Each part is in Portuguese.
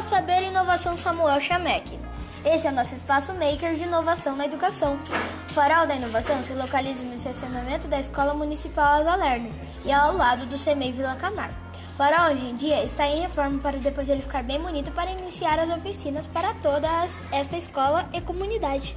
do Saber e Inovação Samuel Chamek. Esse é o nosso espaço maker de inovação na educação. O Farol da Inovação se localiza no estacionamento da Escola Municipal Asa Lerner e ao lado do CEMEI Vila Camargo. O Farol hoje em dia está em reforma para depois ele ficar bem bonito para iniciar as oficinas para toda esta escola e comunidade.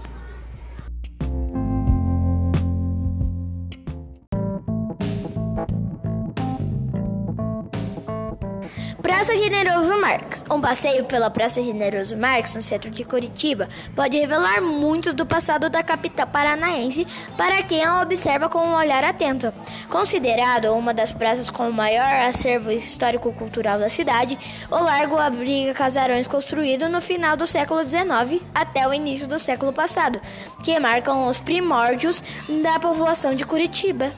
Praça Generoso Marques. Um passeio pela Praça Generoso Marques, no centro de Curitiba, pode revelar muito do passado da capital paranaense para quem a observa com um olhar atento. Considerado uma das praças com o maior acervo histórico-cultural da cidade, o largo abriga casarões construídos no final do século XIX até o início do século passado, que marcam os primórdios da população de Curitiba.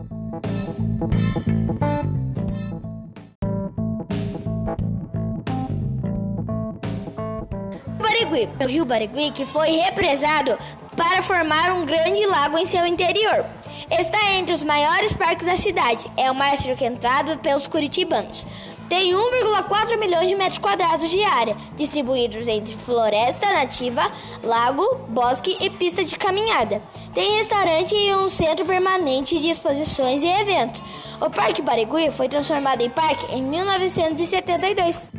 O rio Barigui, que foi represado para formar um grande lago em seu interior. Está entre os maiores parques da cidade. É o mais frequentado pelos curitibanos. Tem 1,4 milhões de metros quadrados de área, distribuídos entre floresta nativa, lago, bosque e pista de caminhada. Tem restaurante e um centro permanente de exposições e eventos. O Parque Barigui foi transformado em parque em 1972.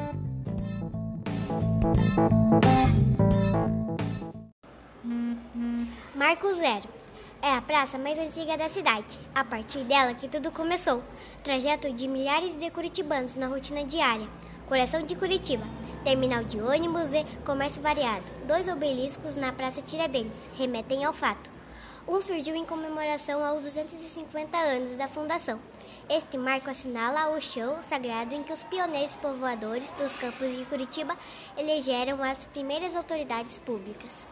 Marco Zero é a praça mais antiga da cidade. A partir dela que tudo começou. Trajeto de milhares de curitibanos na rotina diária. Coração de Curitiba. Terminal de ônibus e comércio variado. 2 obeliscos na Praça Tiradentes remetem ao fato. Um surgiu em comemoração aos 250 anos da fundação. Este marco assinala o chão sagrado em que os pioneiros povoadores dos campos de Curitiba elegeram as primeiras autoridades públicas.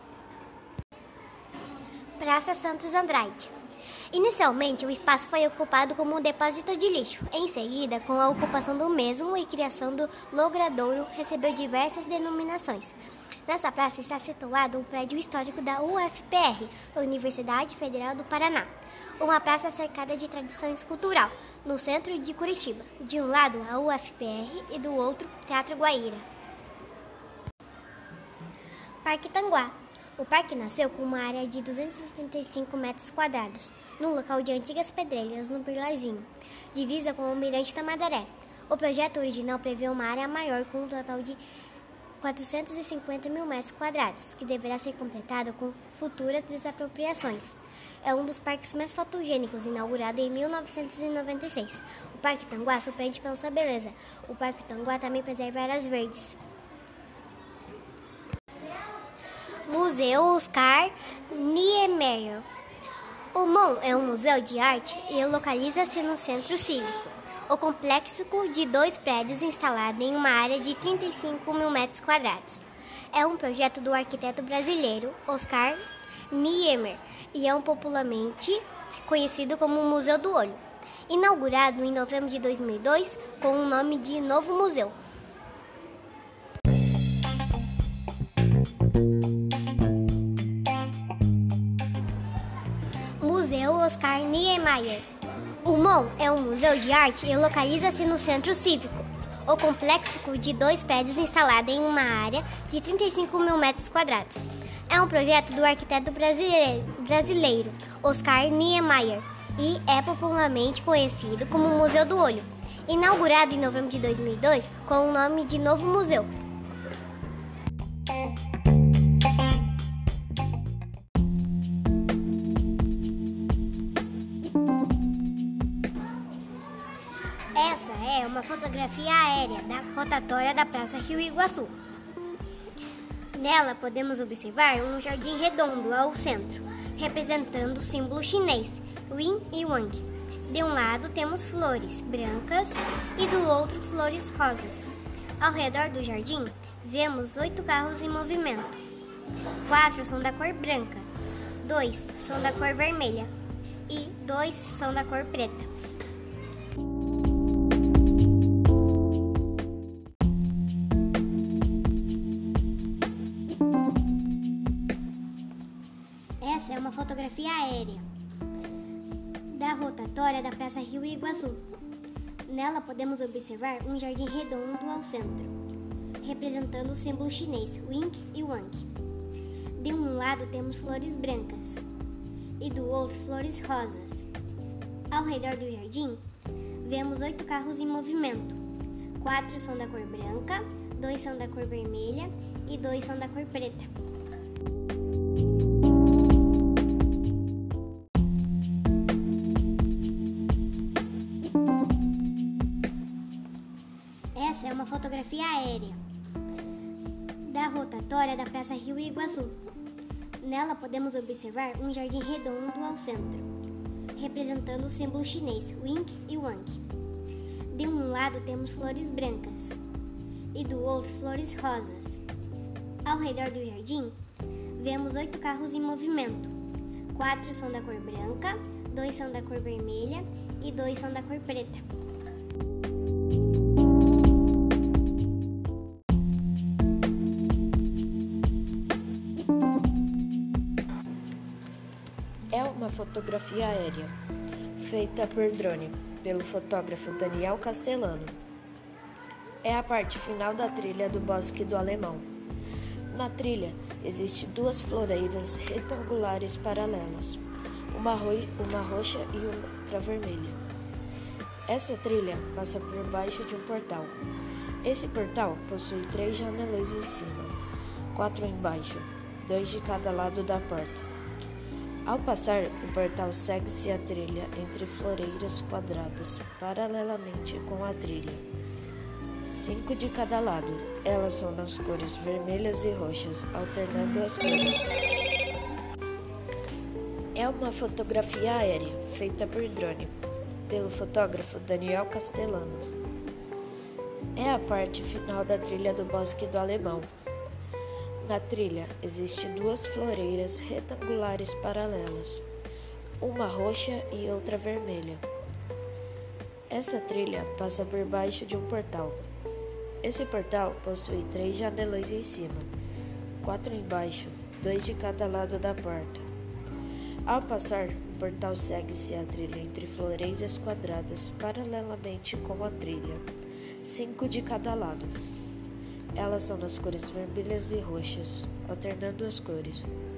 Praça Santos Andrade. Inicialmente, o espaço foi ocupado como um depósito de lixo. Em seguida, com a ocupação do mesmo e criação do logradouro, recebeu diversas denominações. Nessa praça está situado um prédio histórico da UFPR, Universidade Federal do Paraná. Uma praça cercada de tradições cultural, no centro de Curitiba. De um lado, a UFPR e do outro, Teatro Guaíra. Parque Tanguá. O parque nasceu com uma área de 275 metros quadrados, num local de antigas pedreiras no Pilarzinho, divisa com o Mirante Tamandaré. O projeto original prevê uma área maior com um total de 450 mil metros quadrados, que deverá ser completado com futuras desapropriações. É um dos parques mais fotogênicos, inaugurado em 1996. O Parque Tanguá surpreende pela sua beleza. O Parque Tanguá também preserva áreas verdes. Museu Oscar Niemeyer. O MON é um museu de arte e localiza-se no centro cívico. O complexo de 2 prédios instalado em uma área de 35 mil metros quadrados. É um projeto do arquiteto brasileiro Oscar Niemeyer e é popularmente conhecido como o Museu do Olho. Inaugurado em novembro de 2002 com o nome de Novo Museu. Museu Oscar Niemeyer. O MON é um museu de arte e localiza-se no centro cívico. O complexo de 2 prédios instalado em uma área de 35 mil metros quadrados. É um projeto do arquiteto brasileiro Oscar Niemeyer e é popularmente conhecido como Museu do Olho. Inaugurado em novembro de 2002 com o nome de Novo Museu. Essa é uma fotografia aérea da rotatória da Praça Rio Iguaçu. Nela podemos observar um jardim redondo ao centro, representando o símbolo chinês, Yin e Yang. De um lado temos flores brancas e do outro flores rosas. Ao redor do jardim vemos 8 carros em movimento. 4 são da cor branca, 2 são da cor vermelha e 2 são da cor preta. Essa é uma fotografia aérea da rotatória da Praça Rio Iguaçu. Nela podemos observar um jardim redondo ao centro, representando o símbolo chinês, Wing e Wang. De um lado temos flores brancas e do outro flores rosas. Ao redor do jardim, vemos 8 carros em movimento. 4 são da cor branca, 2 são da cor vermelha e 2 são da cor preta. Essa é uma fotografia aérea da rotatória da Praça Rio Iguaçu. Nela podemos observar um jardim redondo ao centro, representando o símbolo chinês, Wing e Wang. De um lado temos flores brancas e do outro flores rosas. Ao redor do jardim, vemos 8 carros em movimento. 4 são da cor branca, 2 são da cor vermelha e 2 são da cor preta. É uma fotografia aérea, feita por drone, pelo fotógrafo Daniel Castellano. É a parte final da trilha do Bosque do Alemão. Na trilha, existem 2 floreiras retangulares paralelas, uma roxa e outra vermelha. Essa trilha passa por baixo de um portal. Esse portal possui 3 janelões em cima, 4 embaixo, 2 de cada lado da porta. Ao passar, o portal segue-se a trilha entre floreiras quadradas, paralelamente com a trilha. 5 de cada lado. Elas são nas cores vermelhas e roxas, alternando as cores. É uma fotografia aérea, feita por drone, pelo fotógrafo Daniel Castellano. É a parte final da trilha do Bosque do Alemão. Na trilha, existem 2 floreiras retangulares paralelas, uma roxa e outra vermelha. Essa trilha passa por baixo de um portal. Esse portal possui 3 janelões em cima, 4 embaixo, 2 de cada lado da porta. Ao passar, o portal segue-se a trilha entre floreiras quadradas, paralelamente com a trilha, 5 de cada lado. Elas são nas cores vermelhas e roxas, alternando as cores.